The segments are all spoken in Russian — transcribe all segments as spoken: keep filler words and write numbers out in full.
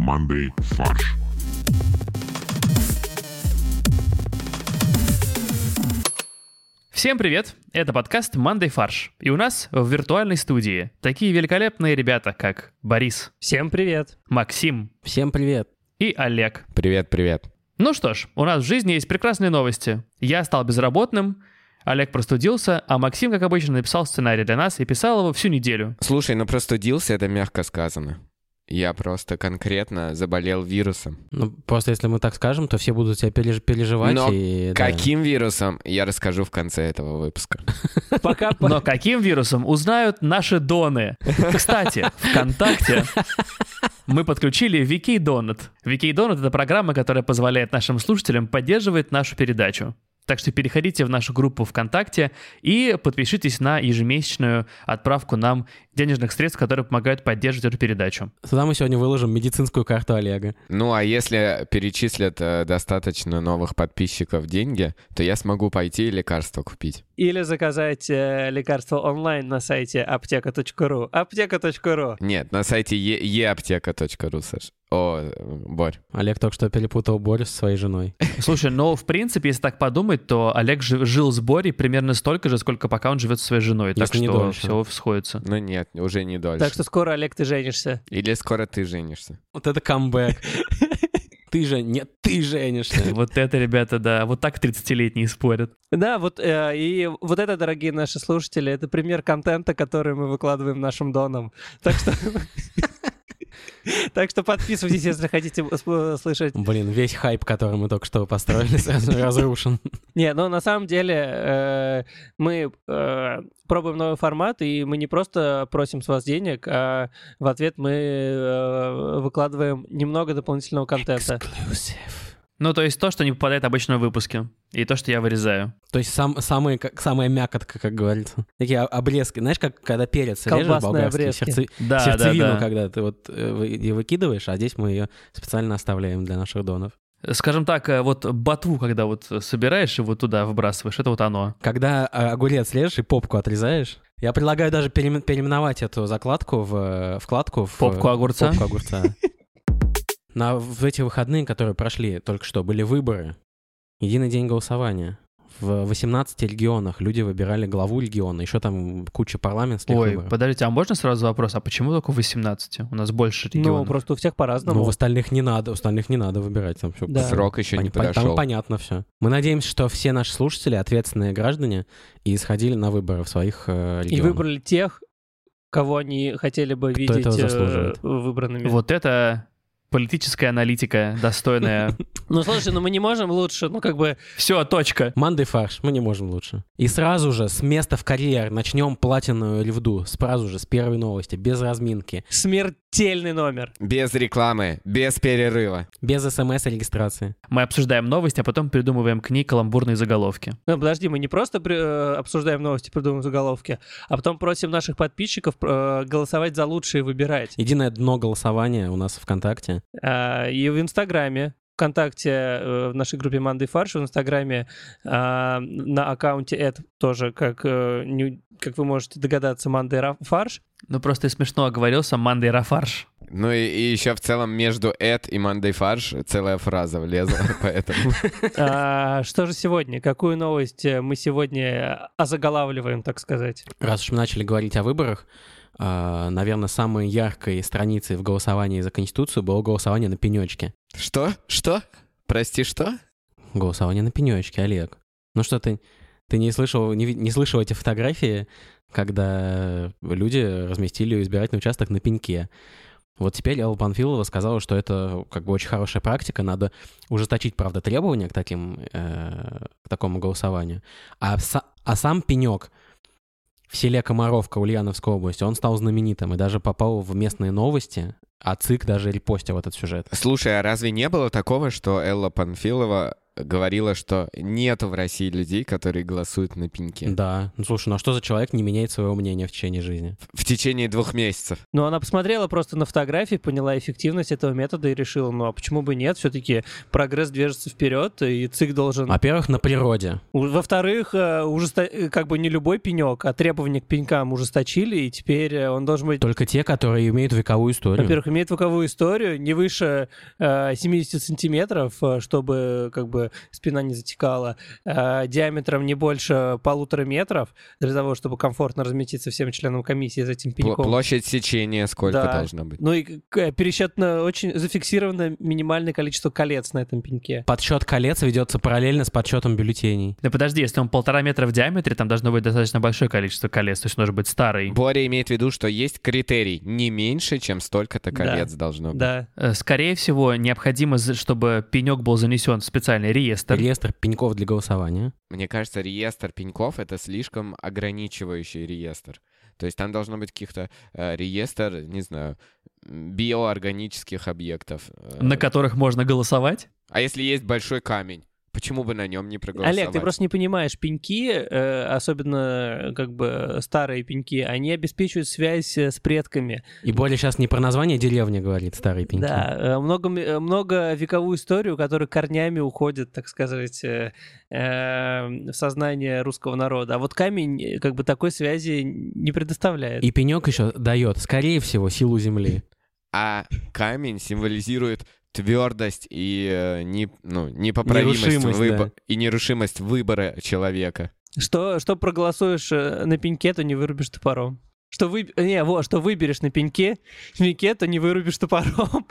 Monday фарш. Всем привет! Это подкаст Monday фарш. И у нас в виртуальной студии такие великолепные ребята, как Борис. Всем привет! Максим. Всем привет! И Олег. Привет-привет. Ну что ж, у нас в жизни есть прекрасные новости. Я стал безработным, Олег простудился, а Максим, как обычно, написал сценарий для нас и писал его всю неделю. Слушай, ну простудился, это мягко сказано. Я просто конкретно заболел вирусом. Ну, просто если мы так скажем, то все будут тебя переж- переживать. Но и, да. каким вирусом, я расскажу в конце этого выпуска. Пока... Но каким вирусом узнают наши доны. Кстати, ВКонтакте мы подключили Wikidonut. Wikidonut — это программа, которая позволяет нашим слушателям поддерживать нашу передачу. Так что переходите в нашу группу ВКонтакте и подпишитесь на ежемесячную отправку нам денежных средств, которые помогают поддерживать эту передачу. Туда мы сегодня выложим медицинскую карту Олега. Ну, а если перечислят э, достаточно новых подписчиков деньги, то я смогу пойти и лекарства купить. Или заказать э, лекарства онлайн на сайте аптека точка ру. аптека точка ру. Нет, на сайте e аптека точка ру, Саш. О, Борь. Олег только что перепутал Борю со своей женой. Слушай, ну, в принципе, если так подумать, то Олег жи- жил с Борей примерно столько же, сколько пока он живет со своей женой. Так Если не что дольше. все сходится. Ну нет, уже не дольше. Так что скоро, Олег, ты женишься. Или скоро ты женишься. Вот это камбэк. Ты же... Нет, ты женишься. Вот это, ребята, да. Вот так тридцатилетние спорят. Да, вот э, и вот это, дорогие наши слушатели, это пример контента, который мы выкладываем нашим донам. Так что... Так что подписывайтесь, если хотите слышать. Блин, весь хайп, который мы только что построили, сразу разрушен. Не, ну на самом деле э, мы э, пробуем новый формат, и мы не просто просим с вас денег, а в ответ мы э, выкладываем немного дополнительного контента. Ну, то есть то, что не попадает обычно в выпуске. И то, что я вырезаю. То есть сам, самые, как, самая мякотка, как говорится. Такие обрезки. Знаешь, как когда перец режешь Колбасные болгарский, обрезки. сердце- Да, сердцевину, да, да. когда ты вот э, вы- ее выкидываешь, а здесь мы ее специально оставляем для наших донов. Скажем так, э, вот ботву, когда вот собираешь и вот туда выбрасываешь, это вот оно. Когда а, огурец режешь и попку отрезаешь, я предлагаю даже переимен- переименовать эту закладку в э, вкладку в... Попку огурца? Попку огурца. На, в эти выходные, которые прошли только что, были выборы. Единый день голосования. В восемнадцати регионах люди выбирали главу региона. Еще там куча парламентских Ой, выборов. подождите, а можно сразу вопрос? А почему только в восемнадцати? У нас больше Ну, регионов. просто у всех Ну, по-разному. в остальных не надо, в остальных не надо выбирать. Там всё Да. Срок еще не пон- подошел. Там понятно все. Мы надеемся, что все наши слушатели ответственные граждане и сходили на выборы в своих э, И регионах. выбрали тех, кого они хотели бы Кто видеть этого э, заслуживает. выбранными. Вот это политическая аналитика, достойная. Ну, слушай, ну мы не можем лучше, ну как бы... Все, точка. Манды фарш, мы не можем лучше. И сразу же с места в карьер начнем платиновую ревду. Сразу же, с первой новости, без разминки, Смертельный номер. Без рекламы, без перерыва. без смс и регистрации. Мы обсуждаем новость, а потом придумываем к ней каламбурные заголовки. Ну, подожди, мы не просто при- э, обсуждаем новости, придумываем заголовки, а потом просим наших подписчиков э, голосовать за лучшее и выбирать. Единое дно голосования у нас ВКонтакте. А, и в Инстаграме, ВКонтакте, э, в нашей группе Monday фарш, в Инстаграме а, на аккаунте эд тоже, как, э, не- как вы можете догадаться, Monday фарш. Ну, просто я смешно оговорился, Мандай Рафарш. Ну и, и еще в целом между Эд и Monday фарш целая фраза влезла, поэтому... А, что же сегодня? Какую новость э, мы сегодня озаголавливаем, так сказать? Раз уж мы начали говорить о выборах, а, наверное, самой яркой страницей в голосовании за Конституцию было голосование на пенечке. Что? Что? Прости, что? Голосование на пенечке, Олег. Ну что, ты, ты не слышал, не, ви- не слышал эти фотографии, когда люди разместили избирательный участок на пеньке? Вот теперь Элла Панфилова сказала, что это как бы очень хорошая практика, надо ужесточить, правда, требования к, таким, э, к такому голосованию. А, са- а сам пенек в селе Комаровка Ульяновской области, он стал знаменитым и даже попал в местные новости, а ЦИК даже репостил этот сюжет. Слушай, а разве не было такого, что Элла Панфилова говорила, что нету в России людей, которые голосуют на пеньке. Да. Ну, слушай, ну а что за человек не меняет своего мнения в течение жизни? В течение двух месяцев. Ну, она посмотрела просто на фотографии, поняла эффективность этого метода и решила, ну, а почему бы нет? Все-таки прогресс движется вперед, и ЦИК должен... Во-первых, на природе. Во-вторых, ужесто... как бы не любой пенек, а требования к пенькам ужесточили, и теперь он должен быть... Только те, которые имеют вековую историю. Во-первых, имеет вековую историю, не выше э, семьдесят сантиметров, чтобы как бы спина не затекала, э, диаметром не больше полутора метров, для того, чтобы комфортно разместиться всем членам комиссии за этим пеньком. Площадь сечения сколько Да. должна быть? Ну и к- пересчет на очень зафиксировано минимальное количество колец на этом пеньке. Подсчет колец ведется параллельно с подсчетом бюллетеней. Да подожди, если он полтора метра в диаметре, там должно быть достаточно большое количество колец, то есть он должен быть старый. Боря имеет в виду, что есть критерий не меньше, чем столько-то колец Да. должно быть. Да. Э, Скорее всего, необходимо, за- чтобы пенек был занесен в специальный реестр. Реестр пеньков для голосования. Мне кажется, реестр пеньков — это слишком ограничивающий реестр. То есть там должно быть каких-то э, реестр, не знаю, биоорганических объектов. э. На которых можно голосовать? А если есть большой камень, почему бы на нем не проголосовать? Олег, ты просто не понимаешь, пеньки, э, особенно как бы старые пеньки, они обеспечивают связь э, с предками. И Боря сейчас не про название деревни говорит, старые пеньки. Да, э, много, э, много вековую историю, которая корнями уходит, так сказать, э, э, в сознание русского народа. А вот камень э, как бы такой связи не предоставляет. И пенек еще дает, скорее всего, силу земли. А камень символизирует твердость и э, не, ну, непоправимость Нерушимость, выбо- да. и нерушимость выбора человека. Что, что проголосуешь э, на пеньке, то не вырубишь топором. Что, вы... не, во, что выберешь на пеньке, пеньке, то не вырубишь топором.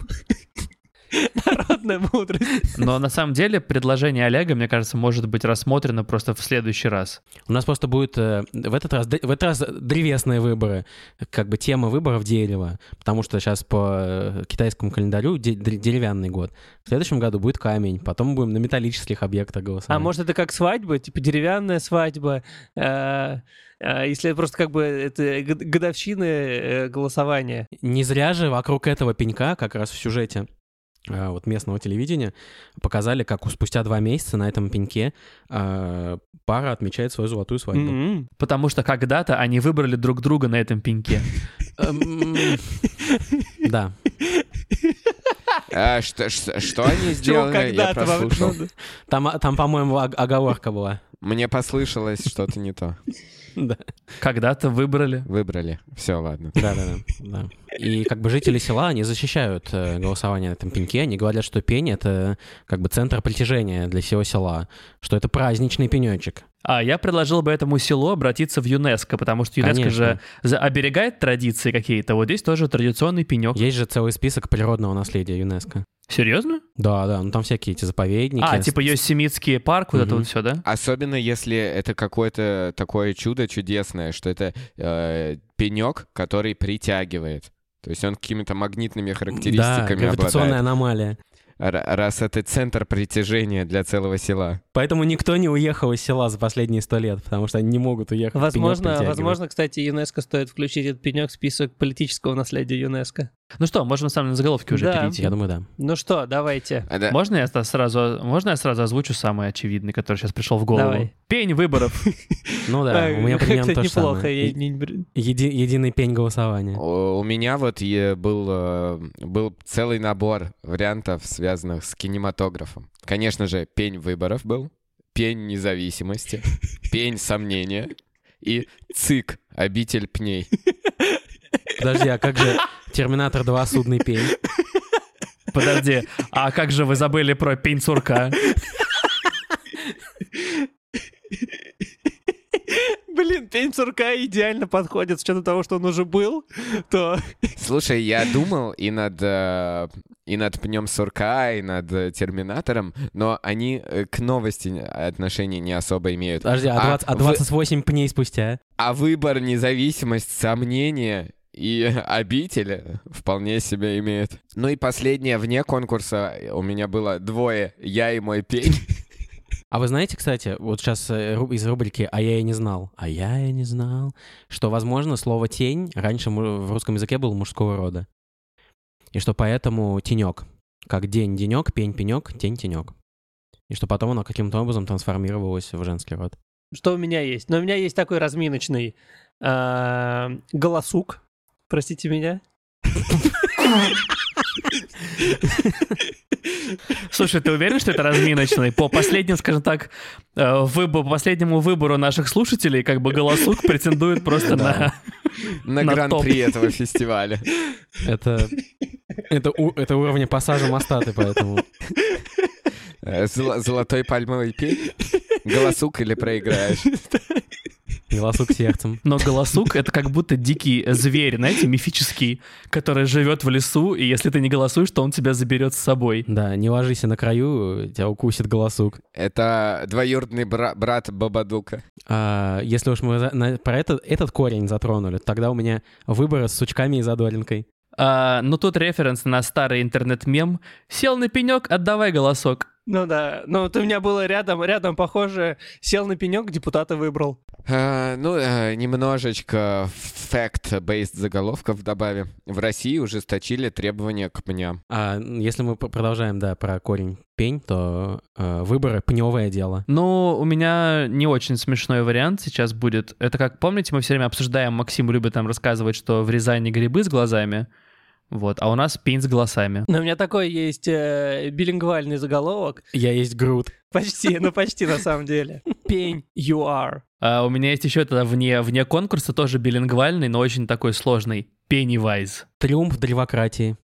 Народная мудрость. Но на самом деле предложение Олега, мне кажется, может быть рассмотрено просто в следующий раз. У нас просто будет э, в этот раз в этот раз древесные выборы, как бы тема выборов дерева, потому что сейчас по э, китайскому календарю де- дер- деревянный год. В следующем году будет камень, потом мы будем на металлических объектах голосовать. А может это как свадьба, типа деревянная свадьба, э, э, если просто как бы это год- годовщины э, голосования. Не зря же вокруг этого пенька, как раз в сюжете э, вот местного телевидения, показали, как у- спустя два месяца на этом пеньке э, пара отмечает свою золотую свадьбу. М-м. Потому что когда-то они выбрали друг друга на этом пеньке. Эм, Да. А, что, что, что они Чего сделали? Я когда-то во- прослушал. ну, Там, там по-моему, ог- оговорка была. Мне послышалось что-то не то. Да. Когда-то выбрали. Выбрали. Все, ладно. Да-да-да. Да. И как бы жители села, они защищают э, голосование на этом пеньке. Они говорят, что пень — это как бы центр притяжения для всего села, что это праздничный пенечек. А я предложил бы этому селу обратиться в ЮНЕСКО, потому что ЮНЕСКо Конечно. же за- оберегает традиции какие-то. Вот здесь тоже традиционный пенек. Есть же целый список природного наследия ЮНЕСКо. Серьезно? Да, да, ну там всякие эти заповедники. А, типа Йосемитский парк, вот это Мгм. вот все, да? Особенно если это какое-то такое чудо чудесное, что это э, пенек, который притягивает. То есть он какими-то магнитными Да, характеристиками гравитационная обладает. аномалия. Р- раз это центр притяжения для целого села. Поэтому никто не уехал из села за последние сто лет, потому что они не могут уехать. пенёк Возможно, притягивает. возможно, кстати, ЮНЕСКО стоит включить этот пенек в список политического наследия ЮНЕСКО. Ну что, можем на самом деле заголовки уже Да. перейти. Я думаю, да. Ну что, давайте. А, да, Можно я сразу, можно я сразу озвучу самый очевидный, который сейчас пришел в голову? Давай. Пень выборов. Ну да, у меня примерно Как-то то же неплохо. самое. я не- Еди- единый пень голосования. У у меня вот е- был, э, был целый набор вариантов, связанных с кинематографом. Конечно же, пень выборов был, пень независимости, пень сомнения и ЦИК, обитель пней. Подожди, а как же Терминатор два судный пень? Подожди, а как же вы забыли про пень сурка? Блин, пень сурка идеально подходит с учетом того, что он уже был, то... Слушай, я думал и над, э, и над пнем сурка, и над э, Терминатором, но они э, к новости отношения не особо имеют. Подожди, а, А двадцать, а вы- двадцать восемь пней спустя? А выбор, независимость, сомнение и обитель вполне себе имеют. Ну и последнее, вне конкурса у меня было двое, я и мой пень. А вы знаете, кстати, вот сейчас из рубрики «А я и не знал», «А я и не знал», что, возможно, слово «тень» раньше му- в русском языке было мужского рода. И что поэтому тенек. Как день-денек, пень-пенек, тень-тенек. И что потом оно каким-то образом трансформировалось в женский род. Что у меня есть? Ну, у меня есть такой разминочный а, голосук. Простите меня. Слушай, ты уверен, что это разминочный? По последним, скажем так, выбор, по последнему выбору наших слушателей, как бы голосук претендует просто на... На гран-при этого фестиваля. Это, это, у, это уровень пассажа моста, ты поэтому... Зол- золотой пальмовый пень? Голосук или проиграешь? Голосук сердцем. Но голосук — это как будто дикий зверь, знаете, мифический, который живет в лесу, и если ты не голосуешь, то он тебя заберет с собой. Да, не ложись на краю, тебя укусит голосук. Это двоюродный бра- брат Бабадука. А, если уж мы за- на, про это, этот корень затронули, тогда у меня выборы с сучками и задоринкой. А, ну тут референс на старый интернет-мем. Сел на пенек, отдавай голосок. Ну да, ну вот у меня было рядом, рядом похоже, сел на пенек, депутата выбрал. А, ну, а, немножечко fact-based заголовков добавим. В России ужесточили требования к пням. А если мы п- продолжаем, да, про корень пень, то э, выборы — пневое дело. Ну, у меня не очень смешной вариант сейчас будет. Это как, помните, мы все время обсуждаем, Максим любит там рассказывать, что в Рязани грибы с глазами, вот, а у нас пень с голосами. Но у меня такой есть э, билингвальный заголовок. Я есть Грут. Почти, ну почти на самом деле. Пень you are. А у меня есть еще это вне, вне конкурса, тоже билингвальный, но очень такой сложный. Pennywise. Триумф древократии.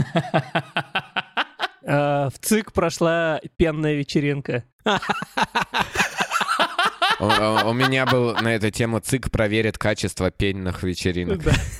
Э, В ЦИК прошла пенная вечеринка. У, у- у меня был на эту тему ЦИК проверит качество пенных вечеринок.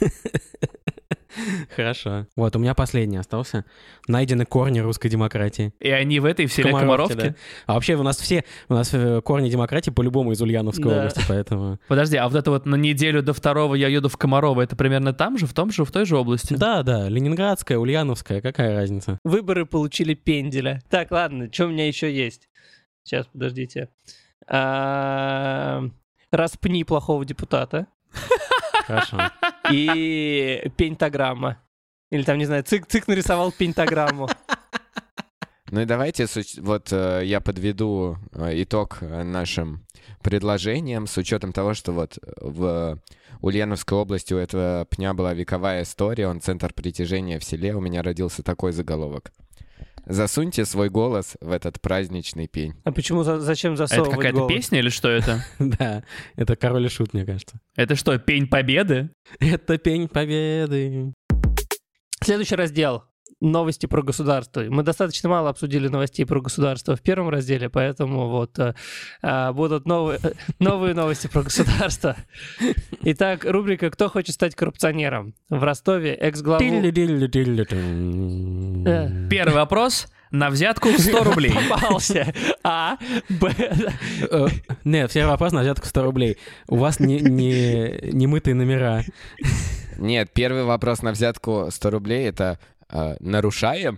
Хорошо. Вот, у меня последний остался. Найдены корни русской демократии. И они в этой, в селе Комаровке, Комаровке? да. А вообще у нас все, у нас э, корни демократии по-любому из Ульяновской Да. области, поэтому... Подожди, а вот это вот на неделю до второго я еду в Комарово, это примерно там же, в том же, в той же области? Да, да, Ленинградская, Ульяновская, какая разница? Выборы получили пенделя. Так, ладно, что у меня еще есть? Сейчас, подождите. А, Распни плохого депутата. Хорошо. И пентаграмма. Или там, не знаю, ЦИК, ЦИК нарисовал пентаграмму. Ну и давайте, с уч- вот э, я подведу э, итог э, нашим предложениям с учетом того, что вот в Ульяновской области у этого пня была вековая история, он центр притяжения в селе, у меня родился такой заголовок. Засуньте свой голос в этот праздничный пень. А почему, за- зачем А это засовывать какая-то голос? песня или что это? Да, это Король и Шут, мне кажется. Это что, пень победы? Это пень победы. Следующий раздел. Новости про государство. Мы достаточно мало обсудили новостей про государство в первом разделе, поэтому вот э, э, будут новые, новые новости про государство. Итак, рубрика «Кто хочет стать коррупционером?» В Ростове экс-главу... Тилли-дилли-дилли-тин. Первый вопрос на взятку в сто рублей. Попался. А, Б... Э, Нет, все вопрос на взятку сто рублей. У вас не, не, не мытые номера. Нет, первый вопрос на взятку сто рублей — это э, нарушаем?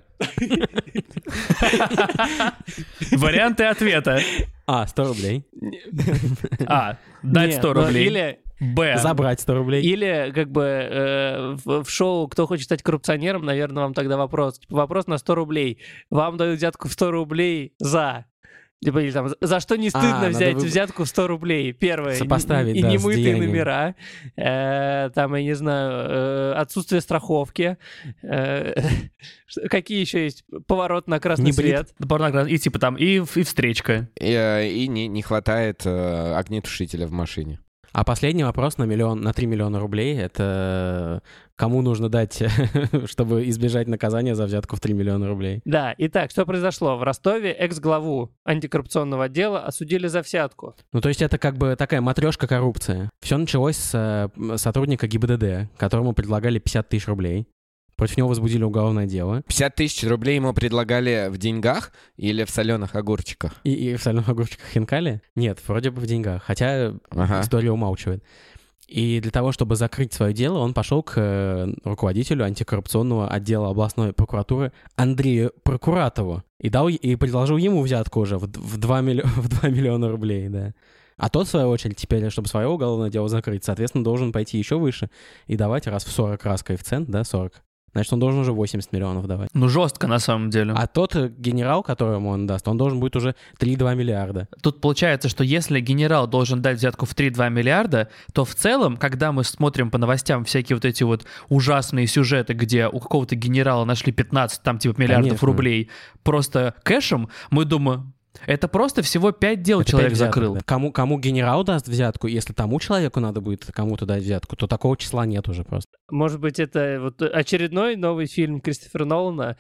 Варианты ответа. А, сто рублей. А. Дать Не, сто ну, рублей. Или, Б. Забрать сто рублей. или как бы э, в, в шоу «Кто хочет стать коррупционером», наверное, вам тогда вопрос. Типа, вопрос на сто рублей. Вам дают взятку в сто рублей за... Типа, или там, за что не стыдно надо взять вы- взятку в сто рублей? Первое. Сопоставить, и да, с немытые деянием. номера. Э, там, я не знаю, э, отсутствие страховки. Э, какие еще есть? Поворот на красный Не брит. свет. Порнография. И типа там, и, и встречка. И, э, и не, не хватает э, огнетушителя в машине. А последний вопрос на миллион, на три миллиона рублей — это кому нужно дать, чтобы избежать наказания за взятку в три миллиона рублей? Да, итак, что произошло? В Ростове экс-главу антикоррупционного отдела осудили за взятку. Ну, то есть это как бы такая матрешка коррупция. Все началось с э, сотрудника ГИБДД, которому предлагали пятьдесят тысяч рублей. Против него возбудили уголовное дело. пятьдесят тысяч рублей ему предлагали в деньгах или в соленых огурчиках? И, и в соленых огурчиках хинкали? Нет, вроде бы в деньгах. Хотя Ага. история умалчивает. И для того, чтобы закрыть свое дело, он пошел к э, руководителю антикоррупционного отдела областной прокуратуры Андрею Прокуратову и дал и предложил ему взятку уже в, в, два милли- в два миллиона рублей, да. А тот, в свою очередь, теперь, чтобы свое уголовное дело закрыть, соответственно, должен пойти еще выше и давать раз в сорок раз коэффициент, да, сорок значит, он должен уже восемьдесят миллионов давать. Ну, жестко на самом деле. А тот генерал, которому он даст, он должен будет уже три-два миллиарда. Тут получается, что если генерал должен дать взятку в три-два миллиарда, то в целом, когда мы смотрим по новостям всякие вот эти вот ужасные сюжеты, где у какого-то генерала нашли пятнадцать там типа миллиардов Конечно. рублей просто кэшем, мы думаем, это просто всего пять дел Это человек пять взяток, закрыл. да. Кому, кому генерал даст взятку, если тому человеку надо будет кому-то дать взятку, то такого числа нет уже просто. Может быть, это вот очередной новый фильм Кристофера Нолана.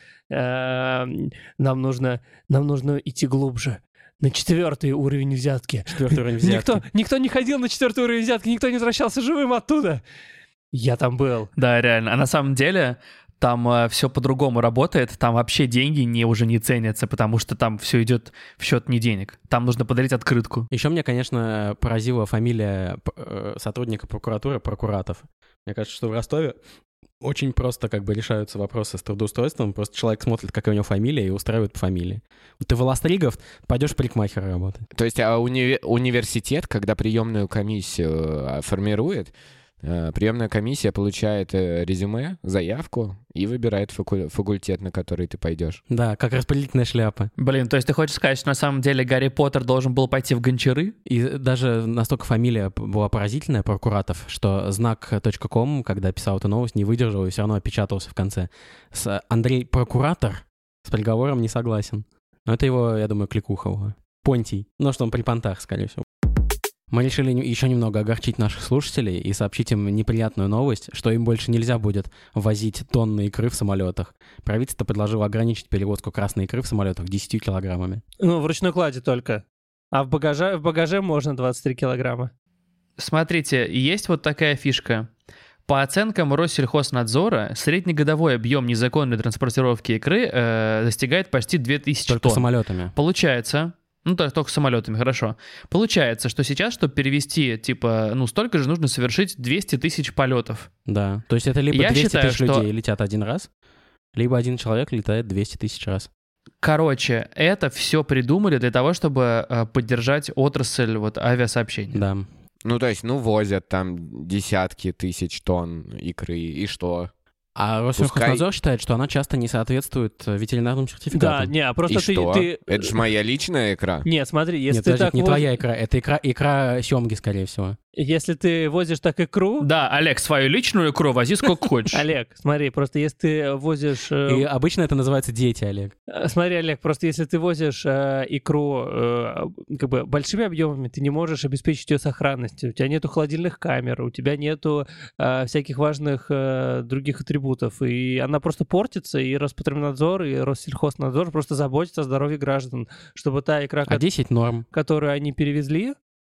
Э, Нам нужно, нам нужно идти глубже. На четвертый уровень взятки. Четвертый уровень взятки. Никто, никто не ходил на четвертый уровень взятки, никто не возвращался живым оттуда. Я там был. Да, реально. А на самом деле там э, все по-другому работает, там вообще деньги не, уже не ценятся, потому что там все идет в счет не денег. Там нужно подарить открытку. Еще мне, конечно, поразила фамилия э, сотрудника прокуратуры Прокуратов. Мне кажется, что в Ростове очень просто как бы решаются вопросы с трудоустройством. Просто человек смотрит, какая у него фамилия, и устраивает по фамилии. Ты Волостригов, пойдешь в парикмахера работать. То есть а уни- университет, когда приемную комиссию а, формирует, а, приемная комиссия получает э, резюме, заявку и выбирает факу- факультет, на который ты пойдешь. Да, как распределительная шляпа. Блин, то есть ты хочешь сказать, что на самом деле Гарри Поттер должен был пойти в Гончары? И даже настолько фамилия была поразительная, Прокуратов, что знак точка ком, когда писал эту новость, не выдержал и все равно опечатался в конце. С Андрей Прокуратор с приговором не согласен. Но это его, я думаю, кликуха была. Понтий. Ну, что он при понтах, скорее всего. Мы решили еще немного огорчить наших слушателей и сообщить им неприятную новость, что им больше нельзя будет возить тонны икры в самолетах. Правительство предложило ограничить перевозку красной икры в самолетах десятью килограммами. Ну, в ручной кладе только. А в багаже, в багаже можно двадцать три килограмма. Смотрите, есть вот такая фишка. По оценкам Россельхознадзора, среднегодовой объем незаконной транспортировки икры э, достигает почти две тысячи Только тонн. самолетами. Получается, ну то есть только самолетами, хорошо. Получается, что сейчас, чтобы перевести, типа, ну столько же нужно совершить двести тысяч полетов. Да. То есть это либо Я двести считаю, тысяч что- людей летят один раз, либо один человек летает двести тысяч раз. Короче, это все придумали для того, чтобы э, поддержать отрасль вот авиасообщения. Да. Ну, то есть, ну, возят там десятки тысяч тонн икры, и что? А Россельхознадзор считает, что она часто не соответствует э, ветеринарным Да, сертификатам. не, а просто И ты, что? ты... Это же моя личная икра. Нет, смотри, если Нет, ты подожди, так не воз- твоя икра, это икра, икра семги, скорее всего. Если ты возишь так икру... Да, Олег, свою личную икру вози сколько хочешь. Олег, смотри, просто если ты возишь... э, И обычно это называется дети, Олег. э, Смотри, Олег, просто если ты возишь э, икру э, как бы большими объемами, ты не можешь обеспечить ее сохранность. У тебя нету холодильных камер, у тебя нету э, всяких важных э, других атрибутов. И она просто портится, и Роспотребнадзор, и Россельхознадзор просто заботятся о здоровье граждан, чтобы та икра, А ко- десять норм. которую они перевезли,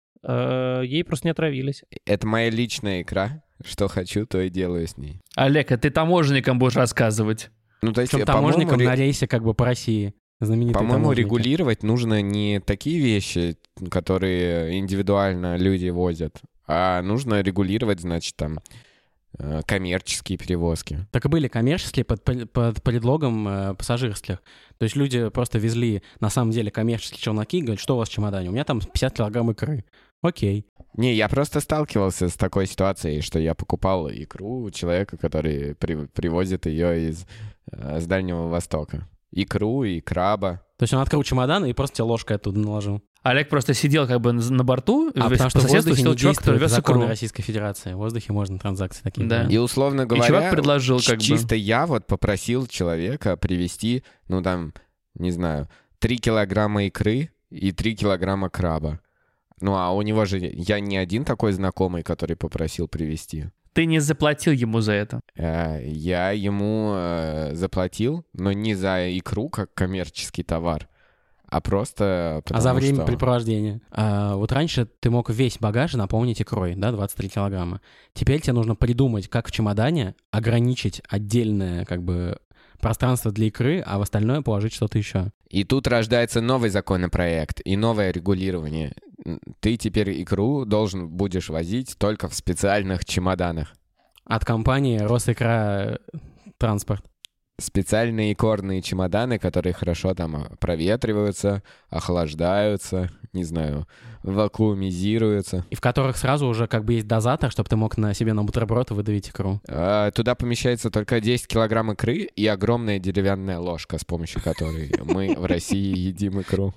э, ей просто не отравились. Это моя личная икра. Что хочу, то и делаю с ней. Олег, а ты таможенникам будешь рассказывать. Ну, то есть, Причем по-моему, таможником ре- на рейсе как бы по России. Знаменитые по-моему, таможники. регулировать нужно не такие вещи, которые индивидуально люди возят, а нужно регулировать, значит, там, э, коммерческие перевозки. Так и были коммерческие под, под- под предлогом э, пассажирских. То есть люди просто везли на самом деле коммерческие челноки и говорят, что у вас в чемодане? У меня там пятьдесят килограмм икры. Окей. Не, я просто сталкивался с такой ситуацией, что я покупал икру у человека, который при- привозит ее из э, с Дальнего Востока. Икру и краба. То есть он открыл чемодан и просто тебе ложкой оттуда наложил. Олег просто сидел как бы на на борту, А весь потому что по в соседству воздухе сидел не чувак, который действуют вез законы икру. Российской Федерации. В воздухе можно транзакции такие Да. делать. И, условно И говоря, чувак предложил ч- как бы... чисто я вот попросил человека привезти, ну там, не знаю, три килограмма икры и три килограмма краба. Ну а у него же я не один такой знакомый, который попросил привезти. Ты не заплатил ему за это. Э, Я ему э, заплатил, но не за икру как коммерческий товар, а просто потому А за время что... препровождения. А, вот раньше ты мог весь багаж наполнить икрой, да, двадцать три килограмма. Теперь тебе нужно придумать, как в чемодане ограничить отдельное, как бы, пространство для икры, а в остальное положить что-то еще. И тут рождается новый законопроект и новое регулирование. М, Ты теперь икру должен будешь возить только в специальных чемоданах. От компании Росикра Транспорт. Специальные икорные чемоданы, которые хорошо там проветриваются, охлаждаются, не знаю, вакуумизируются. И в которых сразу уже как бы есть дозатор, чтобы ты мог на себе на бутерброд выдавить икру. А, туда помещается только десять килограмм икры и огромная деревянная ложка, с помощью которой мы в России едим икру.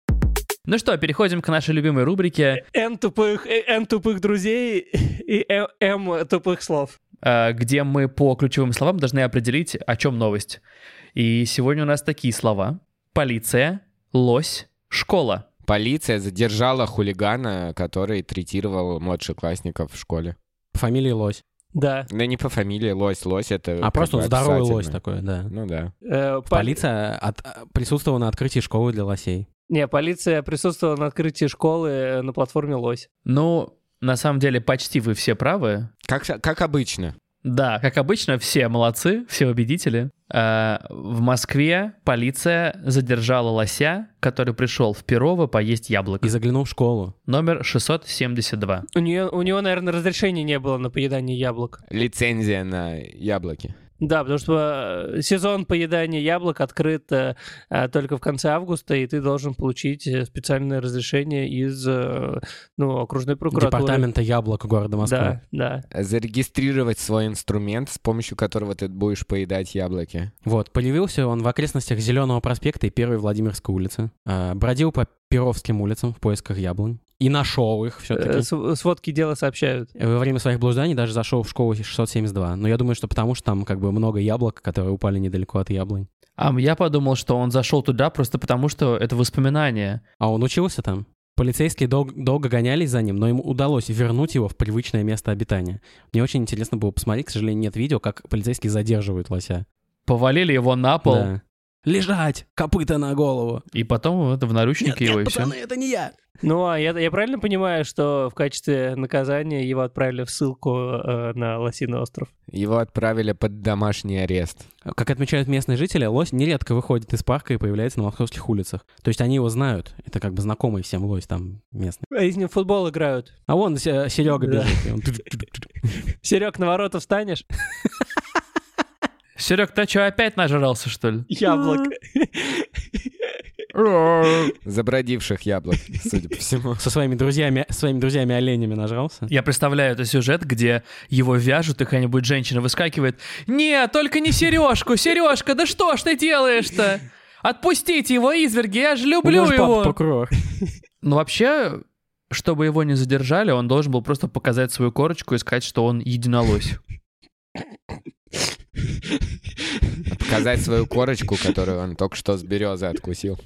Ну что, переходим к нашей любимой рубрике. Н тупых, Н тупых друзей и М тупых слов. Где мы по ключевым словам должны определить, о чем новость. И сегодня у нас такие слова. Полиция, лось, школа. Полиция задержала хулигана, который третировал младшеклассников в школе. По фамилии Лось. Да. Ну, не по фамилии Лось, Лось это... А просто здоровый описательно. лось такой, да. Ну да. Э, Полиция от... присутствовала на открытии школы для лосей. Не, полиция присутствовала на открытии школы на платформе «Лось». Ну, на самом деле, почти вы все правы. Как, как обычно. Да, как обычно, все молодцы, все победители. А, в Москве полиция задержала лося, который пришел в Перово поесть яблоко. И заглянул в школу. Номер шестьсот семьдесят два. У, нее, у него, наверное, разрешения не было на поедание яблок. Лицензия на яблоки. Да, потому что сезон поедания яблок открыт э, только в конце августа, и ты должен получить специальное разрешение из э, ну, окружной прокуратуры. Департамента яблок города Москвы. Да, да. Зарегистрировать свой инструмент, с помощью которого ты будешь поедать яблоки. Вот, появился он в окрестностях Зеленого проспекта и Первой Владимирской улицы. Э, бродил по Перовским улицам в поисках яблонь. И нашел их все-таки. Э, сводки дела сообщают. Во время своих блужданий даже зашел в школу шестьсот семьдесят два. Но я думаю, что потому что там как бы много яблок, которые упали недалеко от яблонь. А я подумал, что он зашел туда просто потому, что это воспоминание. А он учился там? Полицейские дол- долго гонялись за ним, но ему удалось вернуть его в привычное место обитания. Мне очень интересно было посмотреть, к сожалению, нет видео, как полицейские задерживают лося. Повалили его на пол. Да. Лежать! Копыта на голову! И потом это в наручники Нет, его, нет, и все. пацаны, это не я! Ну, а я, я правильно понимаю, что в качестве наказания его отправили в ссылку э, на Лосиный остров? Его отправили под домашний арест. Как отмечают местные жители, лось нередко выходит из парка и появляется на московских улицах. То есть они его знают. Это как бы знакомый всем лось там местный. А с ним в футбол играют. А вон Серега Да. бежит. и он... Серег, на ворота встанешь? Серег, ты что, опять нажрался, что ли? Яблок. Забродивших яблок, судя по всему. Со своими друзьями, своими друзьями-оленями нажрался. Я представляю этот сюжет, где его вяжут, и какая-нибудь женщина выскакивает. «Нет, только не Сережку! Сережка, да что ж ты делаешь-то? Отпустите его, изверги, я же люблю У него ж папа его!» прокурор. Ну, вообще, чтобы его не задержали, он должен был просто показать свою корочку и сказать, что он единолось. Показать свою корочку, которую он только что с березы откусил.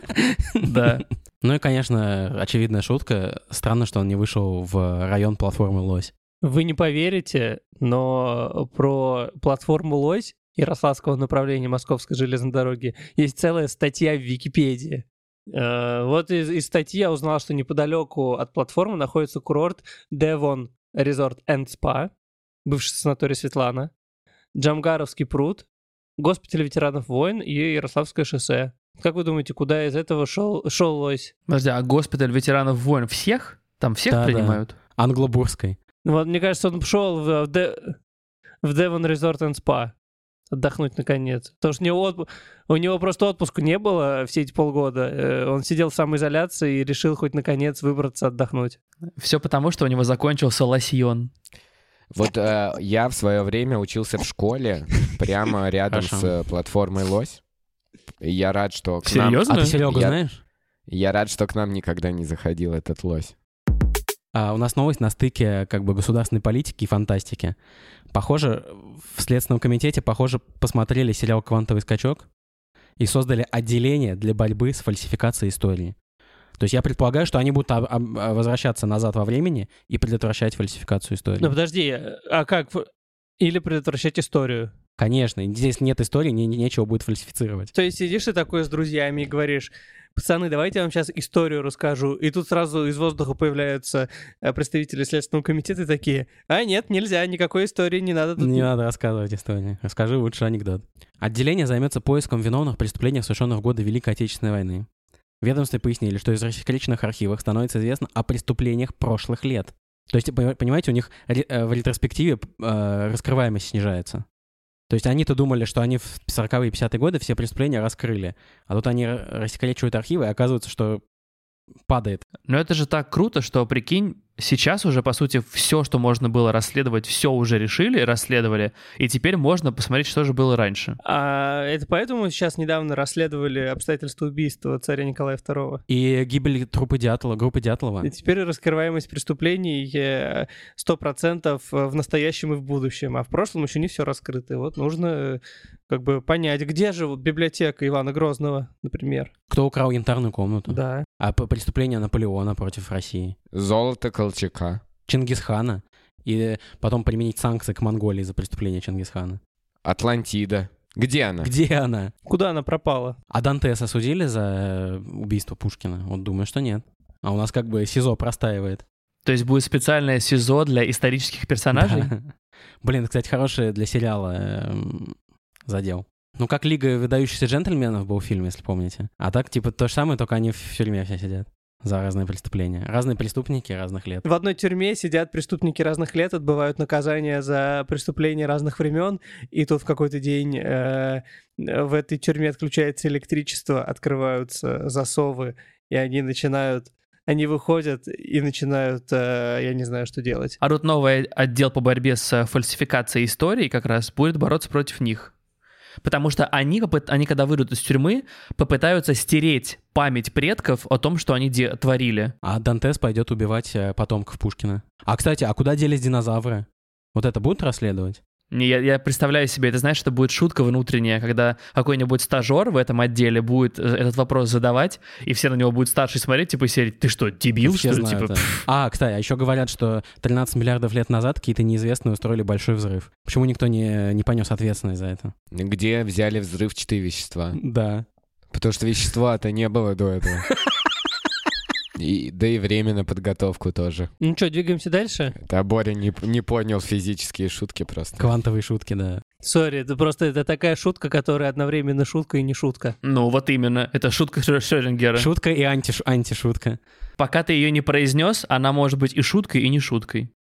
Да. Ну и, конечно, очевидная шутка. Странно, что он не вышел в район платформы «Лось». Вы не поверите, но про платформу «Лось» Ярославского направления Московской железной дороги есть целая статья в Википедии. Э, Вот из, из статьи я узнал, что неподалеку от платформы находится курорт Devon Resort and Spa, бывший санаторий Светлана, Джамгаровский пруд, госпиталь ветеранов войн и Ярославское шоссе. Как вы думаете, куда из этого шел, шел лось? Подожди, а госпиталь ветеранов войн всех? Там всех Да, да. принимают? Англобурской. Вот, мне кажется, он шел в, в, Де- в Devon Resort and Spa отдохнуть наконец. Потому что у него, отпу- у него просто отпуска не было все эти полгода. Э, Он сидел в самоизоляции и решил хоть наконец выбраться отдохнуть. Все потому, что у него закончился лосьон. Вот э, я в свое время учился в школе прямо рядом Хорошо. с э, платформой «Лось». И я рад, что к нам... Серьезно? А ты Серегу Я- знаешь? Я рад, что к нам никогда не заходил этот лось. А у нас новость на стыке как бы государственной политики и фантастики. Похоже, в Следственном комитете, похоже, посмотрели сериал «Квантовый скачок» и создали отделение для борьбы с фальсификацией истории. То есть я предполагаю, что они будут об- об- возвращаться назад во времени и предотвращать фальсификацию истории. Ну подожди, а как? ф- Или предотвращать историю? Конечно, здесь нет истории, не- не- нечего будет фальсифицировать. То есть сидишь ты такой с друзьями и говоришь: пацаны, давайте я вам сейчас историю расскажу. И тут сразу из воздуха появляются э, представители Следственного комитета и такие: а нет, нельзя, никакой истории не надо тут. Не надо рассказывать историю. Расскажи лучше анекдот. Отделение займется поиском виновных в преступлениях, совершенных в годы Великой Отечественной войны. В ведомстве пояснили, что из рассекреченных архивах становится известно о преступлениях прошлых лет. То есть, пони- понимаете, у них ре- э, в ретроспективе э, раскрываемость снижается. То есть они-то думали, что они в сороковые и пятидесятые годы все преступления раскрыли, а тут они рассекречивают архивы, и оказывается, что падает. Но это же так круто, что, прикинь, сейчас уже, по сути, все, что можно было расследовать, все уже решили, расследовали, и теперь можно посмотреть, что же было раньше. А это поэтому сейчас недавно расследовали обстоятельства убийства царя Николая второго? И гибель трупы Дятлова, группы Дятлова. И теперь раскрываемость преступлений сто процентов в настоящем и в будущем, а в прошлом еще не все раскрыто. И вот нужно как бы понять, где же вот библиотека Ивана Грозного, например. Кто украл янтарную комнату? Да. А по преступления Наполеона против России? Золото Колчака. Чингисхана. И потом применить санкции к Монголии за преступление Чингисхана. Атлантида. Где она? Где она? Куда она пропала? А Дантеса осудили за убийство Пушкина? Вот думаю, что нет. А у нас как бы СИЗО простаивает. То есть будет специальное СИЗО для исторических персонажей? Да. Блин, кстати, хороший для сериала эм, задел. Ну, как «Лига выдающихся джентльменов» был фильм, если помните. А так, типа, то же самое, только они в тюрьме все сидят за разные преступления. Разные преступники разных лет. В одной тюрьме сидят преступники разных лет, отбывают наказания за преступления разных времен, и тут в какой-то день э, в этой тюрьме отключается электричество, открываются засовы, и они начинают... Они выходят и начинают, э, я не знаю, что делать. А тут новый отдел по борьбе с фальсификацией истории как раз будет бороться против них. Потому что они, они, когда выйдут из тюрьмы, попытаются стереть память предков о том, что они де- творили. А Дантес пойдет убивать э, потомков Пушкина. А, кстати, а куда делись динозавры? Вот это будут расследовать? Не, я, я представляю себе, это, знаешь, это будет шутка внутренняя, когда какой-нибудь стажер в этом отделе будет этот вопрос задавать, и все на него будут старший смотреть, типа, серии, ты что, дебил, Все что ли? знают, Типа, да. А, кстати, а еще говорят, что тринадцать миллиардов лет назад какие-то неизвестные устроили большой взрыв. Почему никто не, не понес ответственность за это? Где взяли взрывчатые вещества? Да. Потому что вещества-то не было до этого. И, да и время на подготовку тоже. Ну что, двигаемся дальше? Да, Боря не, не понял физические шутки просто. Квантовые шутки, да. Сори, это просто это такая шутка, которая одновременно шутка и не шутка. ну вот именно, это шутка Шрёдингера. Шутка и антиш, антишутка. Пока ты ее не произнес, она может быть и шуткой, и не шуткой.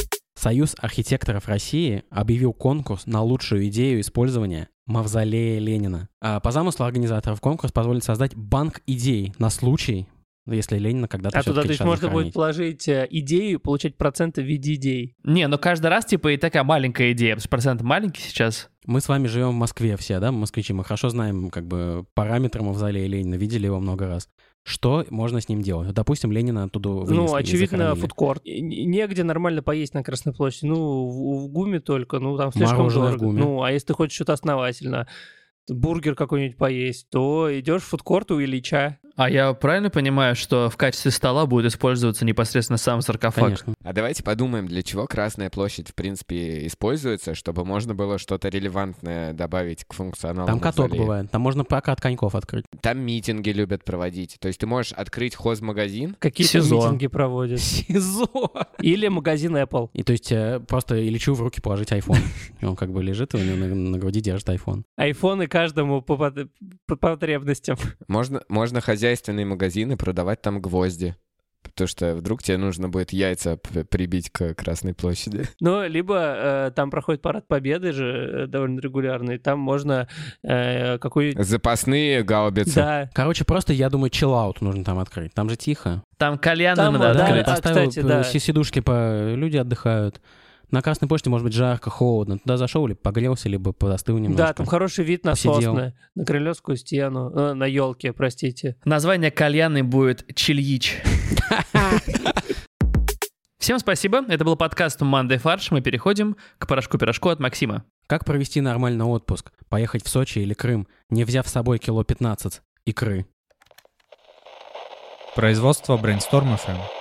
Союз архитекторов России объявил конкурс на лучшую идею использования мавзолея Ленина. А по замыслу организаторов конкурс позволит создать банк идей на случай, если Ленина когда-то А туда, то всё-таки есть, решат можно захоронить. будет положить э, идею и получать проценты в виде идей. Не, но каждый раз, типа, и такая маленькая идея, потому что процент маленький сейчас. Мы с вами живем в Москве все, да, москвичи. Мы хорошо знаем, как бы, параметры мавзолея Ленина, видели его много раз. Что можно с ним делать? Допустим, Ленина оттуда вынесли Ну, и очевидно, захоронили. фудкорт. И н- Негде нормально поесть на Красной площади. Ну, в, в ГУМе только, ну, там слишком Мороженое в дорого. ГУМе. Ну, а если ты хочешь что-то основательно, бургер какой-нибудь поесть, то идешь в фудкорт у Ильича. А я правильно понимаю, что в качестве стола будет использоваться непосредственно сам саркофаг? Конечно. А давайте подумаем, для чего Красная площадь, в принципе, используется, чтобы можно было что-то релевантное добавить к функционалу Там каток мавзолея. бывает. Там можно прокат коньков открыть. Там митинги любят проводить. То есть ты можешь открыть хозмагазин. Какие-то СИЗО. митинги проводят. СИЗО! Или магазин Apple. И то есть э, просто Ильичу в руки положить iPhone. И он как бы лежит, и у него на, на груди держит iPhone. Айфоны каждому по, пот- по потребностям. Можно, можно хозяйственные магазины продавать там гвозди. Потому что вдруг тебе нужно будет яйца п- прибить к Красной площади. Ну, либо э, там проходит парад Победы же э, довольно регулярный. Там можно э, какой-нибудь... Запасные гаубицы. Да. Короче, просто, я думаю, чиллаут нужно там открыть. Там же тихо. Там кальяны Там, надо да, открыть. а, Поставил кстати, п- да. си- сидушки, по... люди отдыхают. На Красной площади может быть жарко, холодно. Туда зашел, либо погрелся, либо подостыл немножко. Да, там хороший вид на Посидел. сосны, на Кремлевскую стену, э, на елке, простите. Название кальяны будет Чильич. Всем спасибо. Это был подкаст «Мандай фарш». Мы переходим к порошку-пирожку от Максима. Как провести нормальный отпуск? Поехать в Сочи или Крым, не взяв с собой кило пятнадцать икры? Производство Brainstorm эф эм.